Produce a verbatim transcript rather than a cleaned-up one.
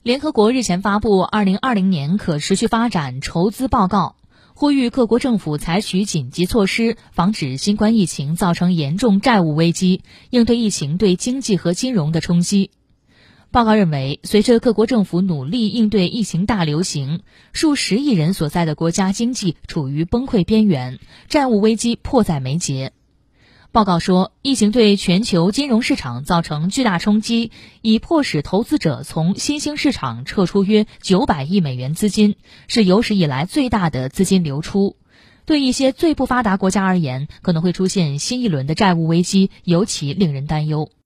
联合国日前发布《二零二零年可持续发展筹资报告》，呼吁各国政府采取紧急措施，防止新冠疫情造成严重债务危机，应对疫情对经济和金融的冲击。报告认为，随着各国政府努力应对疫情大流行，数十亿人所在的国家经济处于崩溃边缘，债务危机迫在眉睫。报告说，疫情对全球金融市场造成巨大冲击，已迫使投资者从新兴市场撤出约九百亿美元资金，是有史以来最大的资金流出。对一些最不发达国家而言，可能会出现新一轮的债务危机，尤其令人担忧。